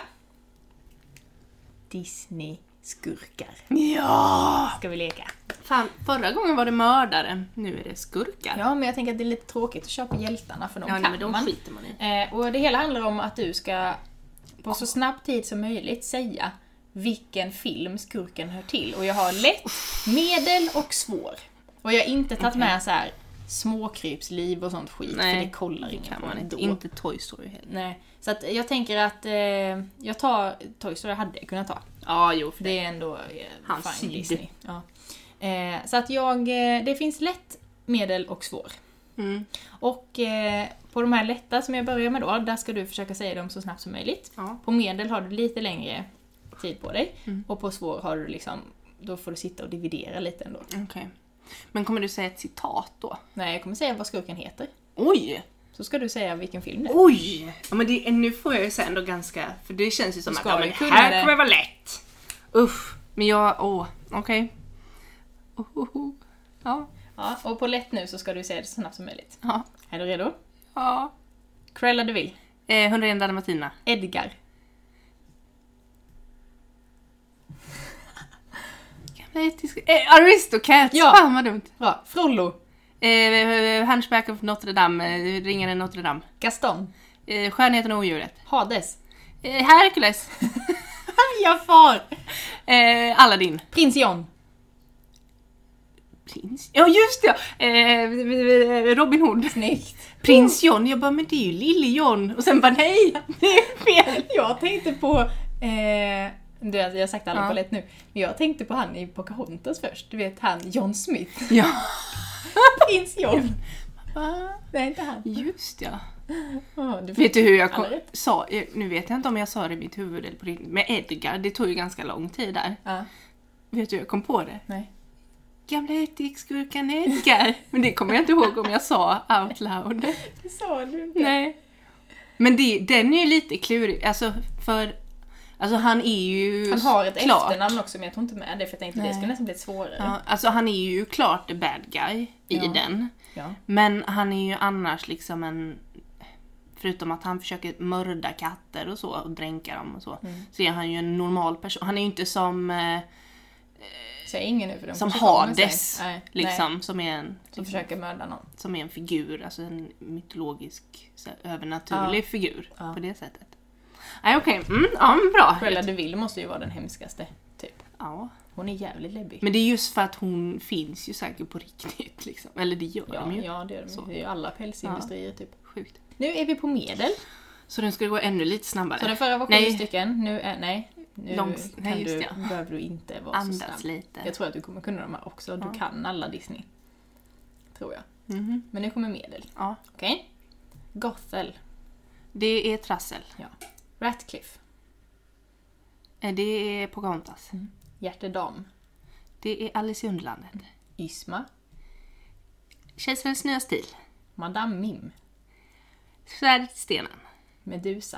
Disney-skurkar. Ja! Ska vi leka. Fan, förra gången var det mördare, nu är det skurkar. Ja, men jag tänker att det är lite tråkigt att köpa hjältarna för de Ja, nej, kan men de man. skiter man i. Eh, och det hela handlar om att du ska på så snabb tid som möjligt säga vilken film skurken hör till. Och jag har lätt, medel och svår. Och jag har inte tagit Okej. med så här småkrypsliv och sånt skit, Nej, för det kollar ingen kan på man ändå. inte. Inte Toy Story heller. Nej, så att jag tänker att eh, jag tar Toy Story hade jag kunnat ta. Ja, jo, för För det är ändå eh, Hans fine syd. Disney. Ja. Eh, så att jag, eh, det finns lätt, medel och svår. Mm. Och eh, på de här lätta som jag börjar med då, där ska du försöka säga dem så snabbt som möjligt. Ja. På medel har du lite längre tid på dig. Mm. Och på svår har du liksom, då får du sitta och dividera lite ändå. Okej. Men kommer du säga ett citat då? Nej, jag kommer säga vad skurken heter. Oj! Så ska du säga vilken film det är. Oj! Ja, men det, nu får jag ju säga ändå ganska... För det känns ju som Du att ska ja, väl men kunna här det. kommer det vara lätt. Uff. Men jag... Åh, okej. Oh, oh, oh. Ja. Ja, och på lätt nu så ska du säga det så snabbt som möjligt. Ja. Är du redo? Ja. Cruella de Vil. Eh, hundraen Dalmatina. Edgar. Gamla etiska... Eh, Aristocats! Ja. Fan vad dumt. Bra. Frollo. Eh, Hunchback of Notre Dame. Eh, Ringaren Notre Dame. Gaston. Eh, Skönheten och odjuret. Hades. Eh, Hercules. Jafar. Eh, Aladdin. Prins John. Prins? Ja, just det! Eh, Robin Hood. Snyggt. Prins John. Jag bara, men det är ju Lille John. Och sen bara, nej, det är fel. Jag tänkte på... Eh, du, jag har sagt alla Ja. på lätt nu. Men jag tänkte på han i Pocahontas först. Du vet han, John Smith. Ja. Prins John. Va? Nej, inte han. Just ja. Oh, du får Vet du hur jag alla kom, rätt. sa, nu vet jag inte om jag sa det i mitt huvud eller på riktigt, men Edgar, det tog ju ganska lång tid där. Ja, Vet du hur jag kom på det? nej. Gamla ättikskurkan Edgar. Men det kommer jag inte ihåg om jag sa out loud. Det sa du inte. Nej. Men det, den är ju lite klurig, alltså för, alltså han är ju Han har ett klart, efternamn också, men jag tog inte med det för jag tänkte Nej. det skulle nästan bli svårare. ja, alltså han är ju klart the bad guy i Ja. den. Ja. Men han är ju annars liksom en... Förutom att han försöker mörda katter och så och dränka dem och så. Mm. Så är han ju en normal person. Han är ju inte som, eh, Säg ingen nu för de som kanske kommer Hades. sen. Nej, Liksom, nej. som är en... Som försöker mörda någon. Som är en figur. Alltså en mytologisk, så här, övernaturlig Ja. figur. Ja. På det sättet. Nej, okej. Mm, ja, men bra. Cruella de Vil måste ju vara den hemskaste, typ. Ja. Hon är jävligt läbbig. Men det är just för att hon finns ju säkert på riktigt. Liksom. Eller det gör ja, de ju. ja, det gör de Så. ju. Det är ju alla pälsindustrier, typ. Sjukt. Nu är vi på medel. Så den ska gå ännu lite snabbare. Så den förra var sju Nej. stycken. Nu är, nej. Nu Långs- kan nej, just du, det. behöver du inte vara så Andas snabb. lite. Jag tror att du kommer kunna de här också. Du Ja. kan alla Disney. Tror jag. Mhm. Men nu kommer medel. Ja. Okej? Gothel. Det är trassel. Ja. Ratcliffe. Eh, Det är Pocahontas. Hjärtedam. Det är Alice i Underlandet. Ysma. Kejsarens nya stil. Madame Mim. Svärdet i stenen. Medusa.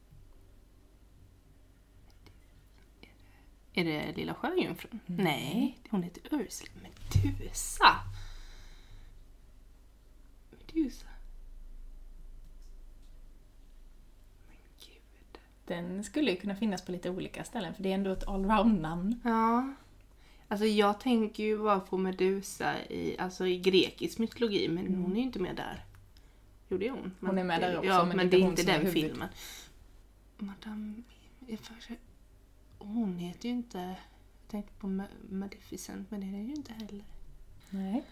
Är det Lilla Sjöjungfrun? Nej, hon heter Ursula. Medusa. Medusa. Men gud. Den skulle ju kunna finnas på lite olika ställen för det är ändå ett allround-namn. Ja. Alltså jag tänker ju bara på Medusa i, alltså i grekisk mytologi, men hon är ju inte med där. Jo, det är hon. Hon är med där också, ja, men, men det det är är inte inte den den huvud. filmen. Madame... jag försöker- Hon heter ju inte... Jag tänkte på Ma- Maleficent, men det är det ju inte heller. Nej.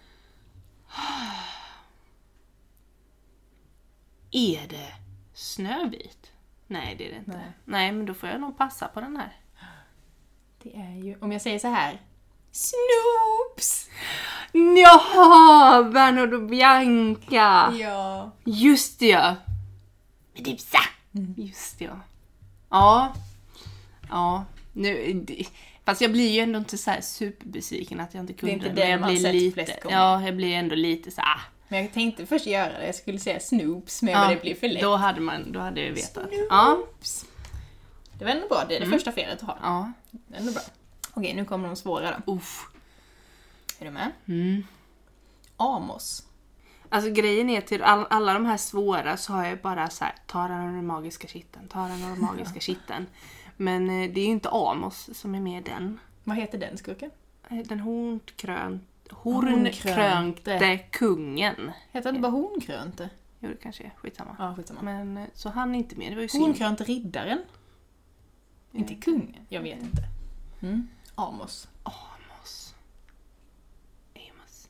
Är det Snövit? Nej, det är det inte. Nej. Nej, men då får jag nog passa på den här. Det är ju, om jag säger så här. Snoops! Jaha, Bernardo Bianca! Ja. Just det, ja. Medusa! Mm. Just det, ja. Ja. Ja. Nu, det- fast jag blir ju ändå inte så här superbesviken att jag inte kunde. inte men det jag man blir sett lite, flest gånger. ja, jag blir ändå lite så här, ah. Men jag tänkte först göra det. Jag skulle säga Snoops, men Ja, det blir för lätt. Då hade man, då hade jag vetat. Snoops. Ja. Det var ändå bra. Det är det Mm. första felet du har. Ja. Det är ändå bra. Okej, nu kommer de svåra då. Uff. Är du med? Mm. Amos. Alltså grejen är till all, alla de här svåra så har jag bara så här, ta den av den magiska kitteln, ta den av den magiska kitteln. Men eh, det är ju inte Amos som är med i den. Vad heter den skurken? Eh, Den hornkrönt, Hornkrönte. hornkrönte kungen. Heter han inte bara Hornkrönte? Jo, det kanske är. Skitsamma. Ja, skitsamma. Men eh, så han är inte med. Det var ju synd. Hornkrönte riddaren? Inte kungen? Jag vet inte. Mm. Amos. Amos. Amos.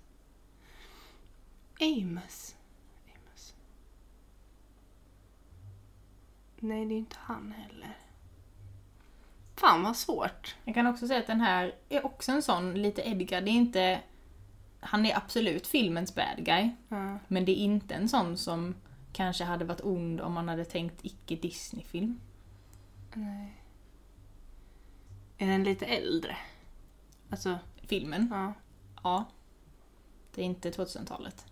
Amos. Amos. Nej, det är inte han heller. Fan vad svårt. Jag kan också säga att den här är också en sån lite Edgar. Det är inte... Han är absolut filmens bad guy. Ja. Men det är inte en sån som kanske hade varit ond om man hade tänkt icke-Disney-film. Nej. Är den lite äldre? Alltså, Filmen? ja. Ja. Det är inte tvåtusentalet.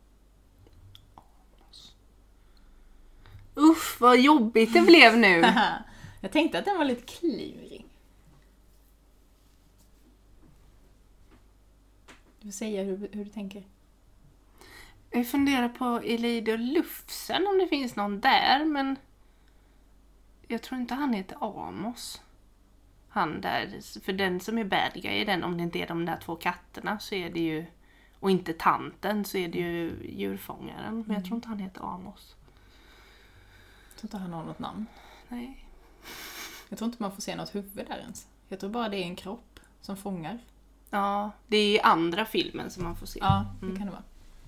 Uff, vad jobbigt det blev nu. Jag tänkte att den var lite klurig. Du får säga hur, hur du tänker. Jag funderar på Elide och Lufsen om det finns någon där, men jag tror inte han heter Amos. Han där, för den som är bad guy är den, om det inte är de där två katterna så är det ju, och inte tanten så är det ju djurfångaren, men jag tror inte han heter Amos. Jag tror inte han har något namn. Nej. Jag tror inte man får se något huvud där ens. Jag tror bara det är en kropp som fångar. Ja, det är i andra filmen som man får se. Ja, det Mm. kan det vara.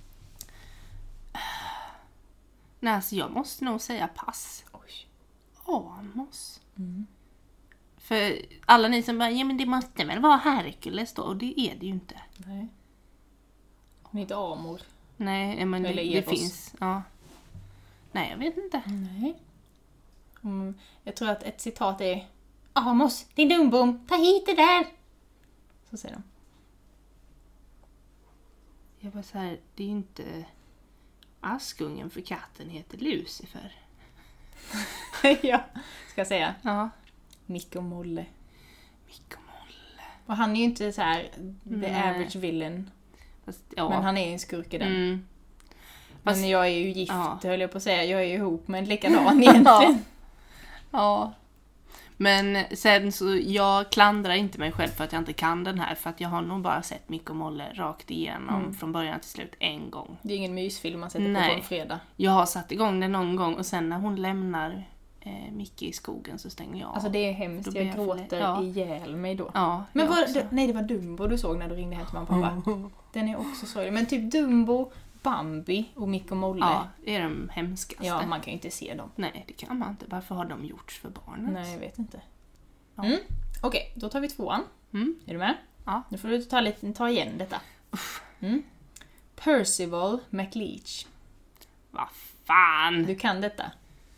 Nej, alltså jag måste nog säga pass. Oj. Amos. Mm. För alla ni som bara, ja men det måste väl vara Herkules då, och det är det ju inte. Nej. Men inte Amor. Nej, men det, Eller det Eros. finns. Ja. Nej, jag vet inte. Nej. Mm, jag tror att ett citat är Amos, din dumbom, ta hit det där! Så säger de. Jag bara så här, det är ju inte Askungen, för katten heter Lucifer. Ja, ska jag säga. Ja. Mick och Molle. Mick och Molle. Och han är ju inte så här the Nej. average villain. Fast, ja. Men han är ju en skurk i den. Mm. Fast- Men jag är ju gift, Ja. höll jag på att säga. Jag är ju ihop med en likadan egentligen. Ja. Men sen så, jag klandrar inte mig själv för att jag inte kan den här, för att jag har nog bara sett Mick och Molle rakt igenom Mm. från början till slut en gång. Det är ingen mysfilm man sätter Nej. på på en fredag. Jag har satt igång den någon gång och sen när hon lämnar eh, Micke i skogen så stänger jag av. Alltså det är hemskt, Då blir jag jag för gråter lä- ja. ihjäl mig då. Ja, Men jag var, också. det, nej, det var Dumbo du såg när du ringde hem till mamma och pappa. Den är också sorglig. Men typ Dumbo, Bambi och Mick och Molle. Ja, det är de hemskaste. Ja, man kan ju inte se dem. Nej, det kan man inte. Varför har de gjorts för barnet? Nej, jag vet inte. Ja. Mm. Okej, då tar vi tvåan. Mm. Är du med? Ja. Nu får du ta, lite, ta igen detta. Mm. Percival McLeach. Vad fan! Du kan detta.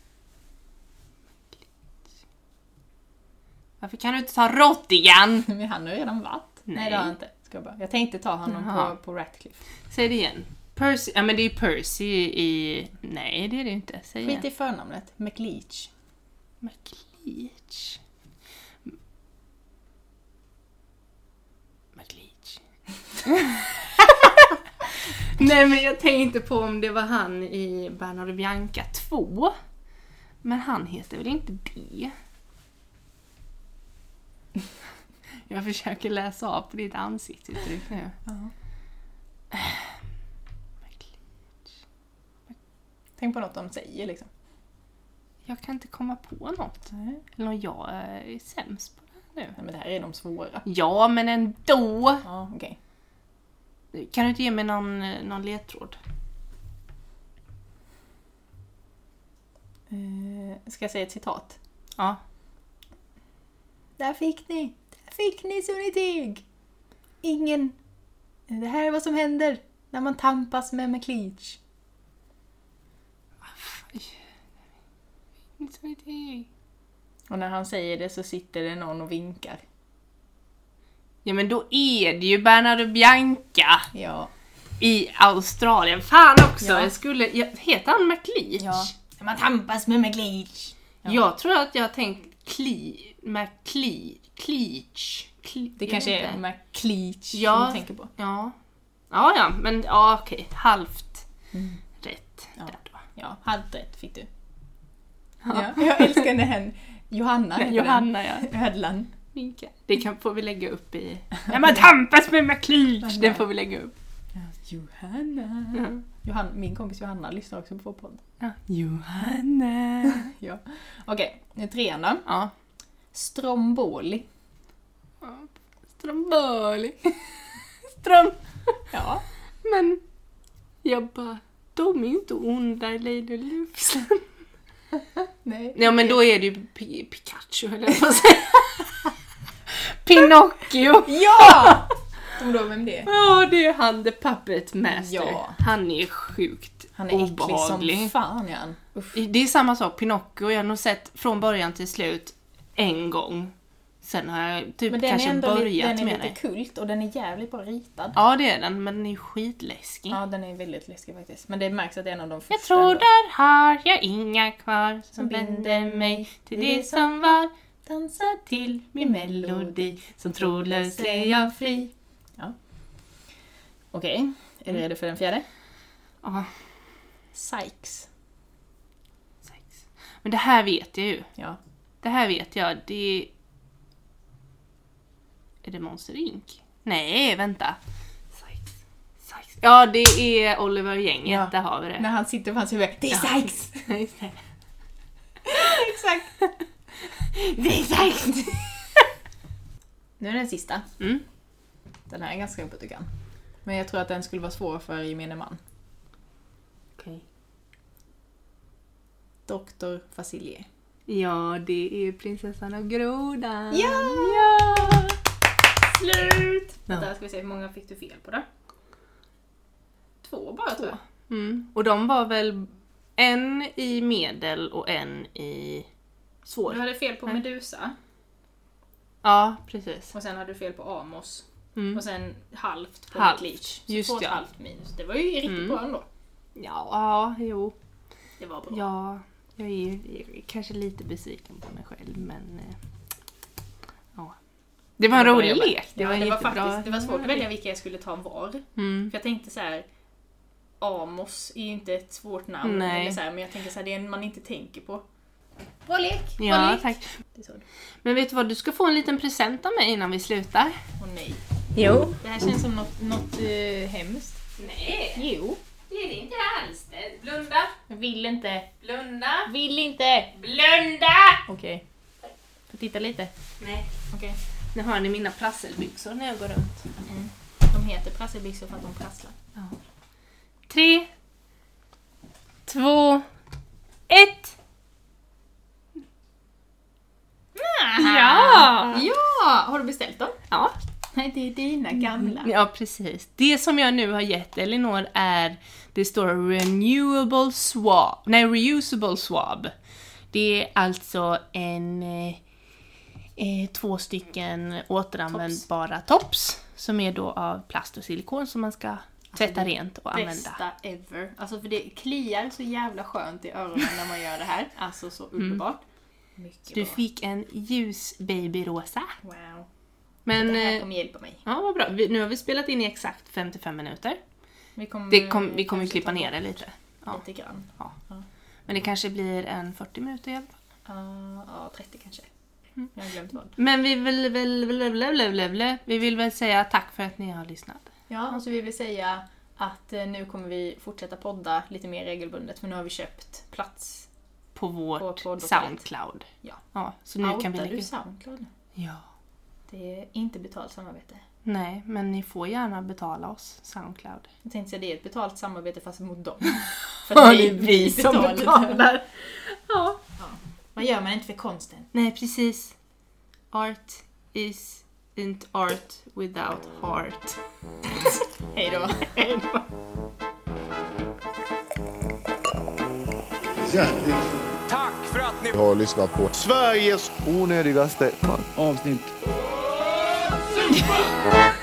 Varför kan du inte ta Rottigan? Men han har ju redan varit. Nej, Nej. det har han inte. Ska jag, bara. jag tänkte ta honom Jaha. på, på Ratcliffe. Säg det igen. Percy, ja men det är ju Percy i... Nej, det är det inte. Säg igen. Skit i förnamnet. McLeach. McLeach. McLeach. Nej, men jag tänkte på om det var han i Bernard och Bianca två. Men han heter väl inte B? Jag försöker läsa av på ditt ansiktsuttryck nu. Ja. McLeach. Tänk på något de säger liksom. Jag kan inte komma på något. Nej. Eller jag är sämst på det nu. Nej, men det här är de svåra. Ja, men ändå. Ja, okej. Kan du inte ge mig någon, någon ledtråd? Uh, ska jag säga ett citat? Ja. Där fick ni! Där fick ni så ni teg! Ingen... Det här är vad som händer när man tampas med McLeach. Och när han säger det så sitter det någon och vinkar. Ja, men då är det ju Bernardo Bianca Ja. i Australien. Fan också, Ja. jag skulle... Jag, heter han McLeach? Ja. När man tampas med McLeach. Ja. Jag tror att jag har tänkt Cle... McLeach... Cleach... Cle, Det kanske är McLeach Ja. som du tänker på. Ja. Ja, ja, men ja, okej. Halvt Mm. rätt Ja. där då. Ja, halvt rätt fick du. Ja. Ja. Jag älskar den här Johanna. heter Johanna, ja. den. Ödlan. Vinka. Det kan, får vi lägga upp i... När man tampas med McLeach, den får vi lägga upp. Ja, Johanna. Ja. Johan, min kompis Johanna lyssnar också på vår podd. Ja. Johanna. Ja. Okej, nu är trean då. Ja. Stromboli. Stromboli. Strom... Ja. Men jag bara, de är ju inte onda i Lady Lufsen. Nej. Ja, men då är det ju P- Pikachu, eller vad säga. Pinocchio. Ja! Kommer du ihåg vem det är? Ja, det är han, the puppet master. Ja. Han är sjukt Han är äcklig obehaglig. som fan, Jan. Uff. Det är samma sak, Pinocchio. Jag har nog sett från början till slut en gång. Sen har jag typ Men den kanske är ändå börjat lite, den är med lite det. kult och den är jävligt bra ritad. Ja, det är den, men den är skitläskig. Ja, den är väldigt läskig faktiskt. Men det märks att det är en av de första. Jag tror ändå. där har jag inga kvar som Som vänder binder mig till det som var. Dansa Till min melodi, som trolös är jag fri. Ja. Okej, är du redo för den fjärde? Ja, Sykes. sex. Men det här vet jag ju. Ja. Det här vet jag. Det är... Är det Monster Inc? Nej, vänta. Sykes. Sykes. Ja, det är Oliver-gänget. Ja. Där har vi det. När han sitter på hans huvud. Det är Ja. Sykes! Just det. Exakt. Det är Sykes! Nu är den sista. Mm. Den här är ganska uppåt du kan. Men jag tror att den skulle vara svår för gemene man. Okej. doktor Facilier. Ja, det är prinsessan av grodan. Ja! Ja! Slut! Ja. Där ska vi se hur många fick du fel på då? Två bara tror jag. Mm. Och de var väl en i medel och en i svår. Du hade fel på Nej. Medusa. Ja, precis. Och sen hade du fel på Amos. Mm. Och sen halvt på Halvt, McLeach. Så just två och ett ja. halvt minus. Det var ju riktigt Mm. bra ändå. Ja, ja, jo. Det var bra. Ja, jag är ju jag är kanske lite besviken på mig själv, men eh, ja. Det var en Det var rolig bra lek. Det ja, var det var jättebra. faktiskt det var svårt att välja vilka jag skulle ta var. Mm. För jag tänkte så här. Amos är ju inte ett svårt namn. Nej. Eller så här, men jag tänker så här, det är en man inte tänker på. Bra lek! Bra Ja, lek. tack. Det är så. Men vet du vad, du ska få en liten present av mig innan vi slutar. Åh nej. Jo. Det här känns som något, något uh, hemskt. Nej, Jo. det är det inte alls. Blunda, Jag vill inte. blunda, Vill inte. blunda! Okej. Får titta lite. Nej, Okej. nu har ni mina prasselbyxor när jag går runt. Mm. De heter prasselbyxor för att de prasslar. Ja. Tre, två, ett. Ja! Ja! Har du beställt dem? Ja. Nej, det är dina gamla. Ja, precis. Det som jag nu har gett Elinor är, det står renewable swab, nej reusable swab. Det är alltså en eh, eh, två stycken återanvändbara tops som är då av plast och silikon som man ska tvätta rent och använda. Bästa ever. Alltså för det kliar så jävla skönt i öronen när man gör det här. Alltså så underbart. Mycket Du bra. fick en ljus babyrosa. Wow. Men Det här eh, kommer hjälpa mig. ja, vad bra. Vi, nu har vi spelat in i exakt femtiofem minuter. Vi kommer, Det kom, vi kommer kanske klippa ta ner bort det lite. Ja. Lite grann. Men det kanske blir en fyrtio minuter i alla fall. Uh, ja, trettio kanske. Mm. Jag har glömt vad. Men vi vill väl, väl, väl, väl, väl, väl, vi vill väl säga tack för att ni har lyssnat. Ja, och så vill vi säga att eh, nu kommer vi fortsätta podda lite mer regelbundet, för nu har vi köpt plats på vårt på, på Soundcloud. Ja. Ja, så nu kan vi Outar lägga... du Soundcloud? Ja. Det är inte betalt samarbete. Nej, men ni får gärna betala oss Soundcloud. Jag tänkte säga det är ett betalt samarbete fast mot dem. För Ja, att det är vi som betalar. Ja. Ja. Vad gör man inte för konsten? Nej, precis. Art is inte art without heart. Hej då. Hej då. Tack för att ni har lyssnat på Sveriges onödigaste avsnitt. Super!